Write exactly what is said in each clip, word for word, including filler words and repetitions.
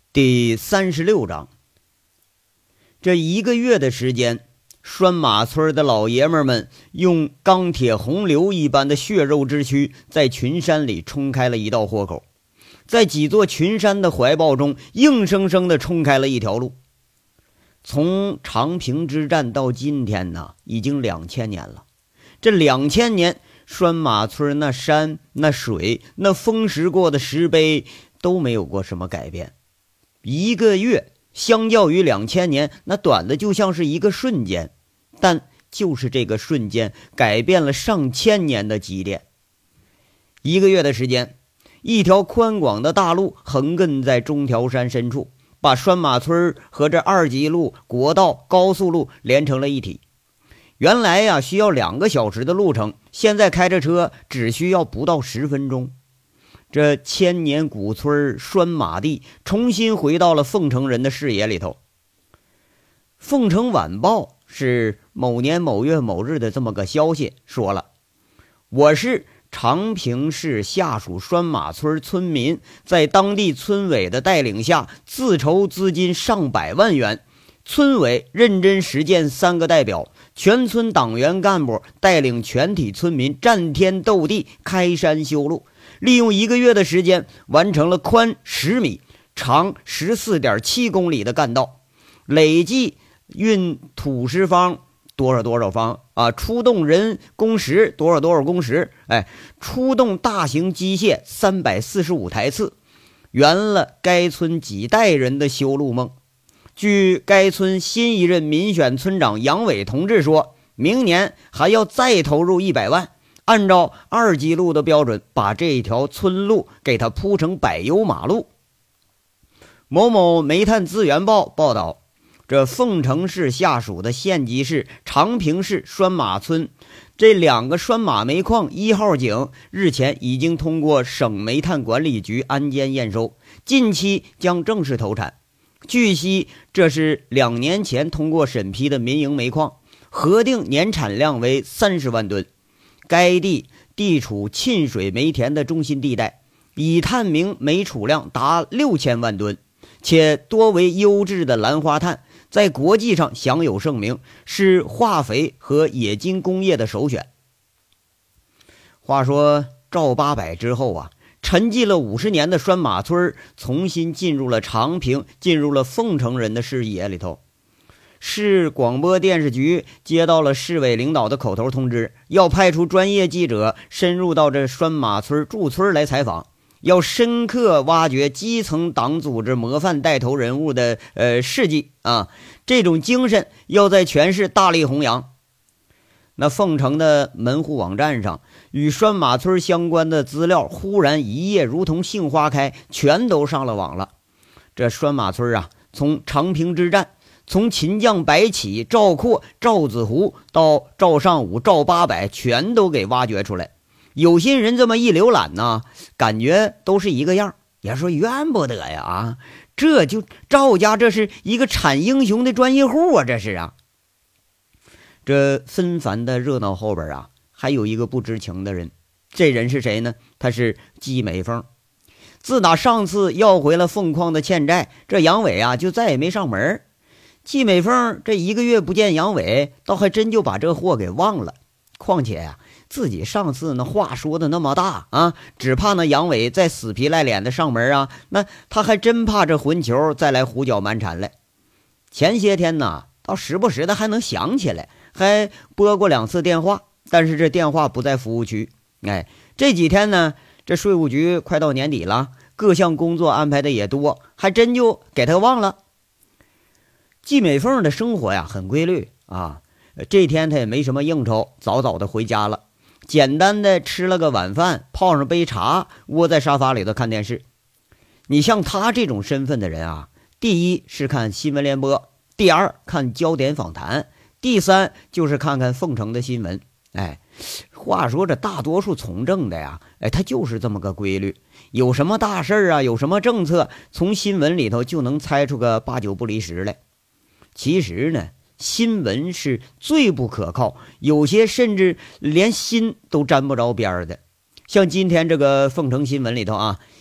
第三十六章。这一个月的时间，拴马村的老爷们们用钢铁洪流一般的血肉之躯，在群山里冲开了一道豁口，在几座群山的怀抱中硬生生地冲开了一条路。从长平之战到今天呢，已经两千年了。这两千年，拴马村那山、那水、那风蚀过的石碑都没有过什么改变。一个月相较于两千年，那短的就像是一个瞬间，但就是这个瞬间改变了上千年的积淀。一个月的时间，一条宽广的大路横亘在中条山深处，把拴马村和这二级路、国道、高速路连成了一体。原来呀、啊，需要两个小时的路程，现在开着车只需要不到十分钟。这千年古村拴马地重新回到了凤城人的视野里头。凤城晚报是某年某月某日的这么个消息，说了，我是长平市下属拴马村村民，在当地村委的带领下，自筹资金上百万元，村委认真实践三个代表，全村党员干部带领全体村民战天斗地，开山修路，利用一个月的时间完成了宽十米、长 十四点七公里的干道，累计运土石方多少多少方啊，出动人工时多少多少工时，哎，出动大型机械三百四十五台次，圆了该村几代人的修路梦。据该村新一任民选村长杨伟同志说，明年还要再投入一百万，按照二级路的标准，把这条村路给它铺成柏油马路。某某煤炭资源报报道，这凤城市下属的县级市长平市拴马村这两个拴马煤矿一号井日前已经通过省煤炭管理局安监验收，近期将正式投产。据悉，这是两年前通过审批的民营煤矿，核定年产量为三十万吨。该地地处沁水煤田的中心地带，已探明煤储量达六千万吨，且多为优质的兰花炭，在国际上享有盛名，是化肥和冶金工业的首选。话说赵八百之后啊，沉寂了五十年的拴马村重新进入了长平，进入了凤城人的视野里头。市广播电视局接到了市委领导的口头通知，要派出专业记者深入到这拴马村驻村来采访，要深刻挖掘基层党组织模范带头人物的呃事迹啊，这种精神要在全市大力弘扬。那凤城的门户网站上，与拴马村相关的资料忽然一夜如同杏花开，全都上了网了。这拴马村啊，从长平之战，从秦将白起、赵括、赵子湖到赵尚武、赵八百，全都给挖掘出来。有些人这么一浏览呢，感觉都是一个样，也说怨不得呀啊！这就赵家这是一个产英雄的专业户啊，这是啊。这纷繁的热闹后边啊，还有一个不知情的人，这人是谁呢？他是季美凤。自打上次要回了凤矿的欠债，这杨伟啊就再也没上门。季美凤这一个月不见杨伟，倒还真就把这货给忘了。况且呀、啊，自己上次那话说的那么大啊，只怕那杨伟再死皮赖脸的上门啊，那他还真怕这混球再来胡搅蛮缠来。前些天呢，倒时不时的还能想起来，还拨过两次电话，但是这电话不在服务区。哎，这几天呢，这税务局快到年底了，各项工作安排的也多，还真就给他忘了。季美凤的生活呀很规律啊，这天他也没什么应酬，早早的回家了，简单的吃了个晚饭，泡上杯茶，窝在沙发里头看电视。你像他这种身份的人啊，第一是看新闻联播，第二看焦点访谈，第三就是看看凤城的新闻。哎，话说这大多数从政的呀，哎，他就是这么个规律，有什么大事啊，有什么政策，从新闻里头就能猜出个八九不离十来。其实呢，新闻是最不可靠，有些甚至连心都沾不着边儿的。像今天这个凤城新闻里头啊，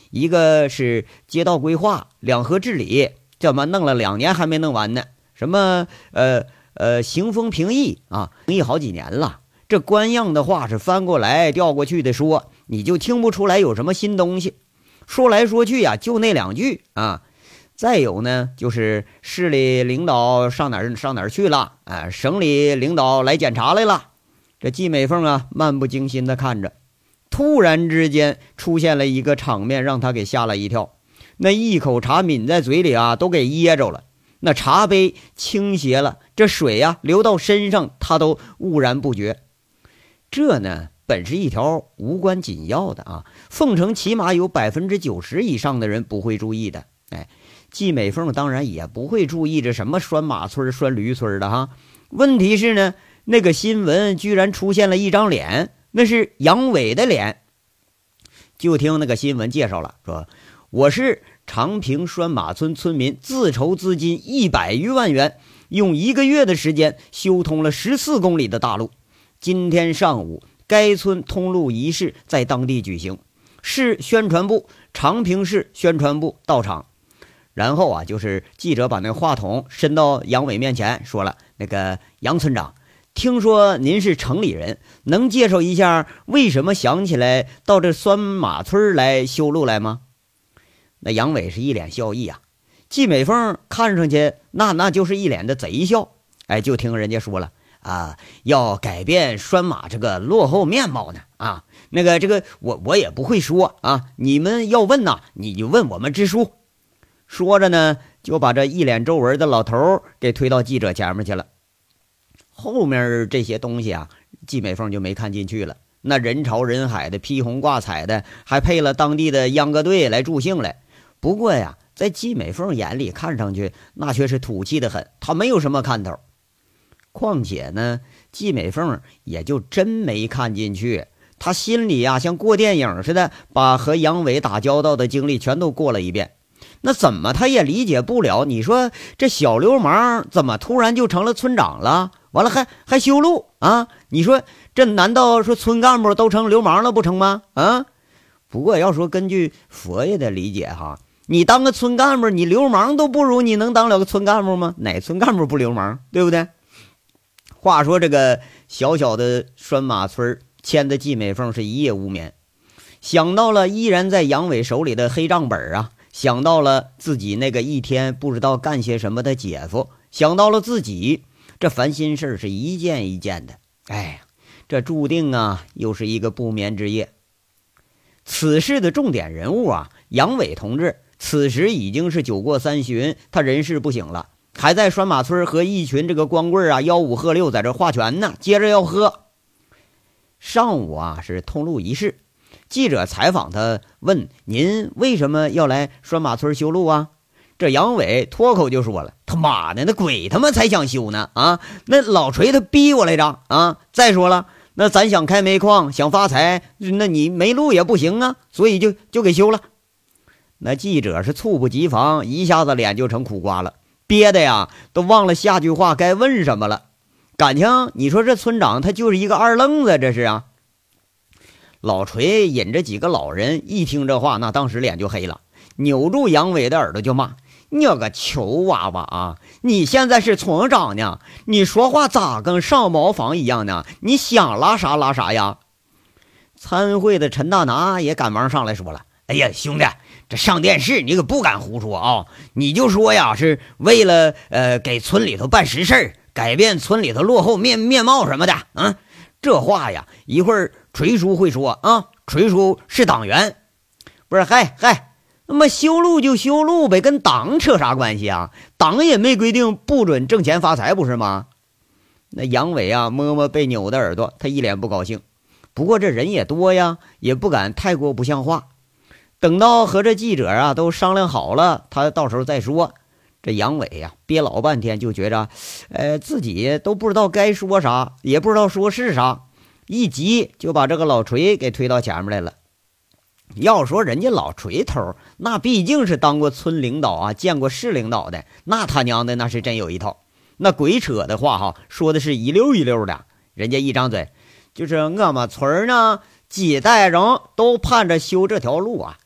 一个是街道规划、两河治理，这么弄了两年还没弄完呢。什么呃呃行风评议啊，评议好几年了，这官样的话是翻过来调过去的说，你就听不出来有什么新东西。说来说去呀、啊，就那两句啊。再有呢，就是市里领导上哪儿上哪儿去了，啊，省里领导来检查来了。这季美凤啊，漫不经心地看着，突然之间出现了一个场面，让他给吓了一跳。那一口茶抿在嘴里啊，都给噎着了。那茶杯倾斜了，这水啊流到身上，他都兀然不觉。这呢，本是一条无关紧要的啊，凤城起码有百分之九十以上的人不会注意的。哎，季美凤当然也不会注意这什么拴马村拴驴村的哈。问题是呢，那个新闻居然出现了一张脸，那是杨伟的脸。就听那个新闻介绍了，说我是长平拴马村村民自筹资金一百余万元，用一个月的时间修通了十四公里的大路。今天上午，该村通路仪式在当地举行，市宣传部、长平市宣传部到场。然后啊，就是记者把那个话筒伸到杨伟面前，说了：“那个杨村长，听说您是城里人，能介绍一下为什么想起来到这拴马村来修路来吗？”那杨伟是一脸笑意啊，季美凤看上去那那就是一脸的贼笑。哎，就听人家说了啊，要改变拴马这个落后面貌呢啊，那个这个我我也不会说啊，你们要问呐，你就问我们支书。说着呢，就把这一脸皱纹的老头给推到记者前面去了。后面这些东西啊，季美凤就没看进去了。那人潮人海的，披红挂彩的，还配了当地的秧歌队来助兴来。不过呀，在季美凤眼里看上去，那却是土气的很，他没有什么看头。况且呢，季美凤也就真没看进去。他心里呀、啊，像过电影似的，把和杨伟打交道的经历全都过了一遍。那怎么他也理解不了，你说这小流氓怎么突然就成了村长了？完了还还修路啊？你说这难道说村干部都成流氓了不成吗？啊？不过要说根据佛爷的理解哈，你当个村干部，你流氓都不如，你能当了个村干部吗？哪村干部不流氓，对不对？话说这个小小的拴马村牵的季美凤是一夜无眠，想到了依然在杨伟手里的黑账本啊，想到了自己那个一天不知道干些什么的姐夫，想到了自己，这烦心事是一件一件的。哎呀，这注定啊又是一个不眠之夜。此事的重点人物啊，杨伟同志此时已经是酒过三巡，他人事不省了，还在拴马村和一群这个光棍啊吆五喝六在这划拳呢，接着要喝。上午啊是通路仪式，记者采访他，问您为什么要来拴马村修路啊？这杨伟脱口就说了：“他妈的，那鬼他妈才想修呢啊！那老锤他逼我来着啊！再说了，那咱想开煤矿，想发财，那你没路也不行啊，所以就就给修了。”那记者是猝不及防，一下子脸就成苦瓜了，憋的呀都忘了下句话该问什么了。感情你说这村长他就是一个二愣子，这是啊。老锤引着几个老人一听这话，那当时脸就黑了，扭住杨伟的耳朵就骂：“你个球娃娃啊！你现在是村长呢，你说话咋跟上茅房一样呢？你想拉啥拉啥呀？”参会的陈大拿也赶忙上来说了：“哎呀，兄弟，这上电视你可不敢胡说啊！你就说呀，是为了呃给村里头办实事，改变村里头落后面面貌什么的啊！这话呀，一会儿锤叔会说啊，锤叔是党员，不是？嗨嗨，那么修路就修路呗，跟党扯啥关系啊？党也没规定不准挣钱发财，不是吗？”那杨伟啊，摸摸被扭的耳朵，他一脸不高兴。不过这人也多呀，也不敢太过不像话。等到和这记者啊都商量好了，他到时候再说。这杨伟呀、啊、憋老半天，就觉着呃自己都不知道该说啥，也不知道说是啥，一急就把这个老锤给推到前面来了。要说人家老锤头那毕竟是当过村领导啊，见过市领导的，那他娘的那是真有一套，那鬼扯的话哈说的是一溜一溜的。人家一张嘴就是我们村呢几代人都盼着修这条路啊，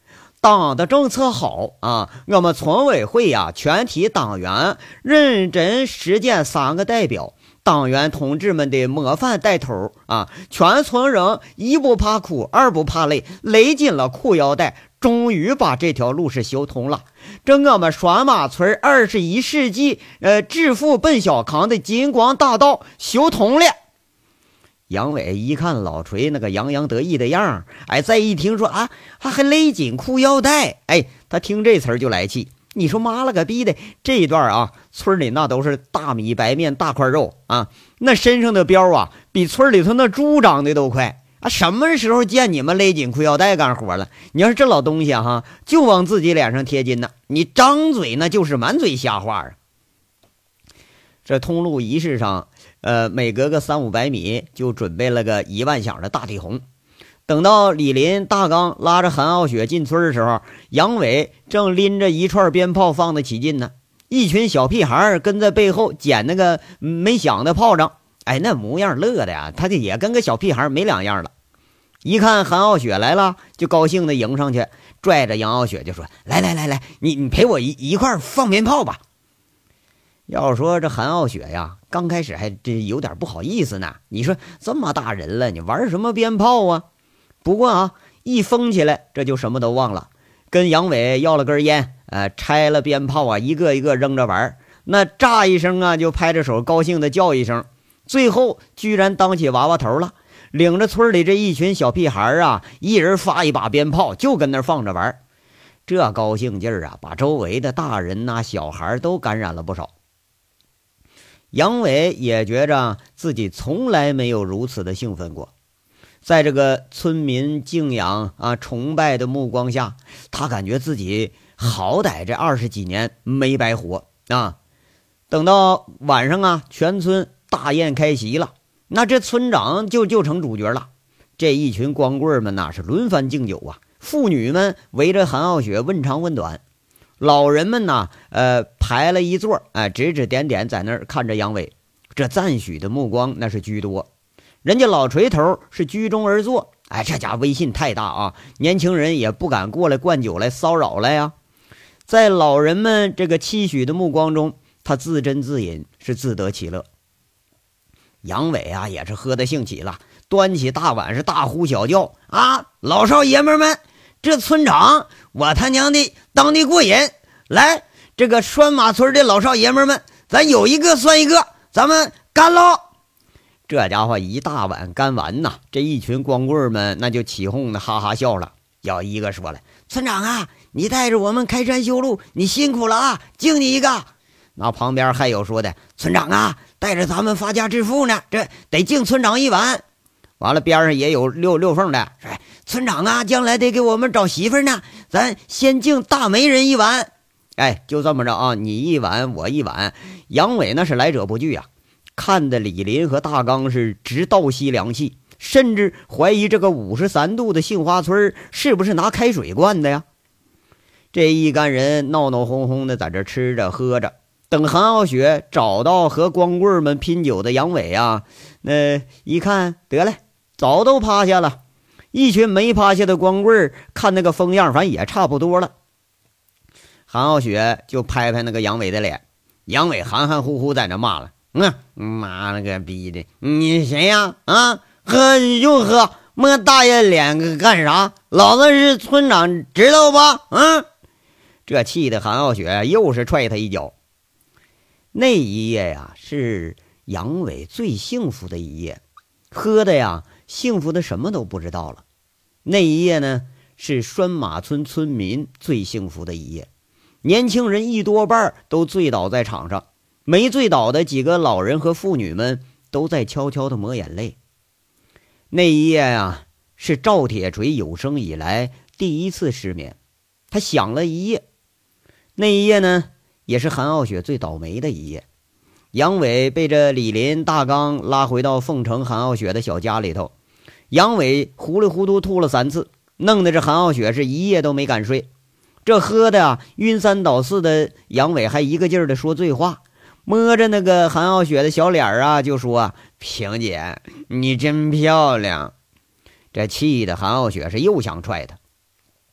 党的政策好啊，我们村委会呀、啊，全体党员认真实践三个代表，党员同志们的模范带头啊，全村人一不怕苦，二不怕累，勒紧了裤腰带，终于把这条路是修通了。这我们拴马村二十一世纪呃致富奔小康的金光大道修通了。杨伟一看老锤那个洋洋得意的样，哎，再一听说啊，还还勒紧裤腰带，哎，他听这词儿就来气。你说妈了个逼的，这一段啊，村里那都是大米白面大块肉啊，那身上的膘啊，比村里头那猪长得都快啊！什么时候见你们勒紧裤腰带干活了？你要是这老东西啊，哈，就往自己脸上贴金呢，你张嘴那就是满嘴瞎话啊！这通路仪式上，呃，每隔个三五百米就准备了个一万响的大地红。等到李林、大刚拉着韩傲雪进村的时候，杨伟正拎着一串鞭炮放得起劲呢，一群小屁孩跟在背后捡那个没响的炮仗，哎，那模样乐的呀，他就也跟个小屁孩没两样了。一看韩傲雪来了，就高兴的迎上去，拽着杨傲雪就说：“来来来来，你你陪我一一块放鞭炮吧。”要说这韩傲雪呀，刚开始还真有点不好意思呢。你说这么大人了，你玩什么鞭炮啊？不过啊，一疯起来，这就什么都忘了，跟杨伟要了根烟，呃，拆了鞭炮啊，一个一个扔着玩，那炸一声啊，就拍着手高兴的叫一声，最后居然当起娃娃头了，领着村里这一群小屁孩啊，一人发一把鞭炮，就跟那放着玩。这高兴劲儿啊，把周围的大人呐、啊、小孩都感染了不少。杨伟也觉着自己从来没有如此的兴奋过，在这个村民敬仰啊崇拜的目光下，他感觉自己好歹这二十几年没白活啊。等到晚上啊，全村大宴开席了，那这村长就就成主角了。这一群光棍们呐、啊、是轮番敬酒啊，妇女们围着韩傲雪问长问短，老人们呢，呃，排了一座，哎、呃，指指点点在那儿看着杨伟，这赞许的目光那是居多。人家老锤头是居中而坐，哎，这家威信太大啊，年轻人也不敢过来灌酒来骚扰来呀。在老人们这个期许的目光中，他自斟自饮，是自得其乐。杨伟啊，也是喝得兴起了，端起大碗是大呼小叫啊，老少爷们们！这村长我他娘的当的过瘾，来，这个拴马村的老少爷们们，咱有一个算一个，咱们干喽！这家伙一大碗干完呐，这一群光棍们那就起哄的哈哈笑了。要一个说了，村长啊，你带着我们开山修路，你辛苦了啊，敬你一个。那旁边还有说的，村长啊，带着咱们发家致富呢，这得敬村长一碗。完了边上也有溜溜缝的，说村长啊，将来得给我们找媳妇呢，咱先敬大媒人一碗。哎，就这么着啊，你一碗我一碗。杨伟那是来者不拒啊，看的李林和大刚是直倒吸凉气，甚至怀疑这个五十三度的杏花村是不是拿开水灌的呀。这一干人闹闹哄哄的在这吃着喝着，等韩傲雪找到和光棍们拼酒的杨伟啊，那一看得了，早都趴下了。一群没趴下的光棍看那个疯样，反正也差不多了。韩傲雪就拍拍那个杨伟的脸，杨伟含含糊糊在那骂了，嗯，妈了个逼的，你谁呀？啊，喝你就喝，摸大爷脸干啥？老子是村长，知道吧？嗯，这气的韩傲雪又是踹他一脚。那一夜呀，是杨伟最幸福的一夜，喝的呀，幸福的什么都不知道了。那一夜呢，是拴马村村民最幸福的一夜，年轻人一多半都醉倒在场上，没醉倒的几个老人和妇女们都在悄悄地抹眼泪。那一夜呀，是赵铁锤有生以来第一次失眠，他想了一夜。那一夜呢，也是韩傲雪最倒霉的一夜。杨伟被这李林、大刚拉回到凤城韩傲雪的小家里头，杨伟糊里糊涂吐了三次，弄得这韩傲雪是一夜都没敢睡。这喝的啊晕三倒四的杨伟还一个劲儿的说醉话，摸着那个韩傲雪的小脸啊就说，萍姐你真漂亮。这气的韩傲雪是又想踹他。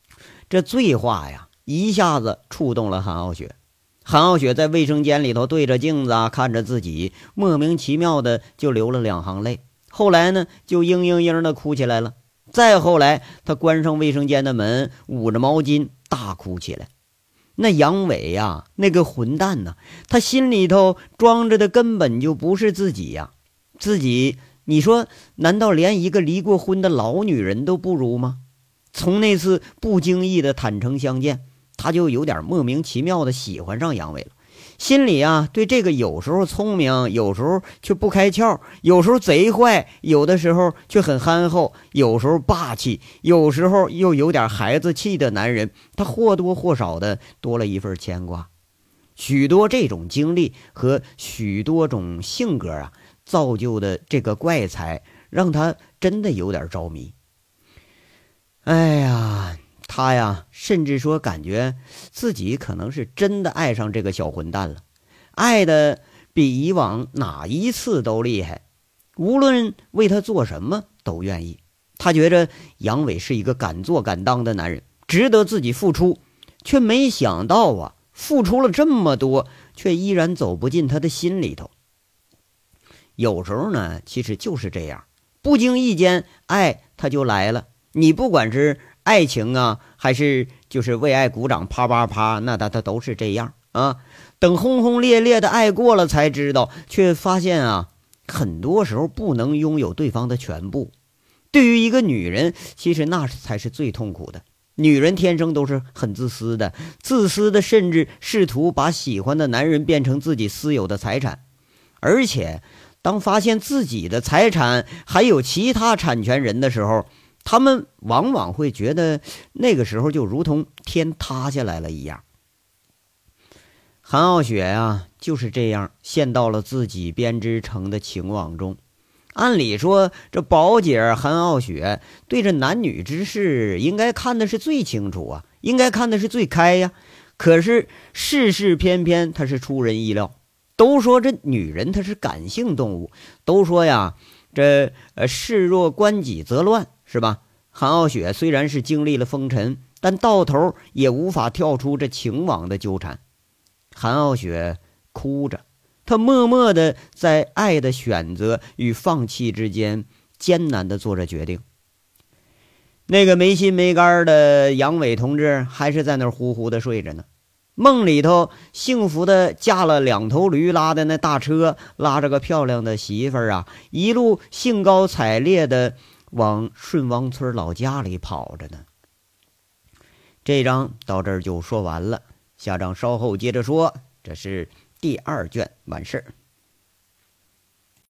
这醉话呀，一下子触动了韩傲雪。韩傲雪在卫生间里头对着镜子啊，看着自己，莫名其妙的就流了两行泪。后来呢，就嘤嘤嘤的哭起来了。再后来，他关上卫生间的门，捂着毛巾大哭起来。那杨伟呀，那个混蛋呢，他心里头装着的根本就不是自己呀，自己，你说，难道连一个离过婚的老女人都不如吗？从那次不经意的坦诚相见，他就有点莫名其妙的喜欢上杨伟了。心里啊，对这个有时候聪明，有时候却不开窍，有时候贼坏，有的时候却很憨厚，有时候霸气，有时候又有点孩子气的男人，他或多或少的多了一份牵挂。许多这种经历和许多种性格啊，造就的这个怪才，让他真的有点着迷。哎呀，他呀，甚至说感觉自己可能是真的爱上这个小混蛋了，爱的比以往哪一次都厉害，无论为他做什么都愿意。他觉着杨伟是一个敢做敢当的男人，值得自己付出，却没想到啊，付出了这么多，却依然走不进他的心里头。有时候呢，其实就是这样，不经意间爱他就来了。你不管是爱情啊，还是就是为爱鼓掌啪啪啪，那他他都是这样啊。等轰轰烈烈的爱过了才知道，却发现啊，很多时候不能拥有对方的全部。对于一个女人，其实那才是最痛苦的。女人天生都是很自私的，自私的甚至试图把喜欢的男人变成自己私有的财产。而且当发现自己的财产还有其他产权人的时候，他们往往会觉得那个时候就如同天塌下来了一样。韩傲雪啊，就是这样陷到了自己编织成的情网中。按理说，这宝姐韩傲雪对这男女之事应该看的是最清楚啊，应该看的是最开呀。可是事事偏偏她是出人意料。都说这女人她是感性动物，都说呀，这呃事若关己则乱，是吧？韩傲雪虽然是经历了风尘，但到头也无法跳出这情网的纠缠。韩傲雪哭着，她默默的在爱的选择与放弃之间艰难的做着决定。那个没心没肝的杨伟同志还是在那儿呼呼的睡着呢。梦里头幸福的驾了两头驴拉的那大车，拉着个漂亮的媳妇儿啊，一路兴高采烈的往顺汪村老家里跑着呢。这章到这儿就说完了，下章稍后接着说，这是第二卷完事儿。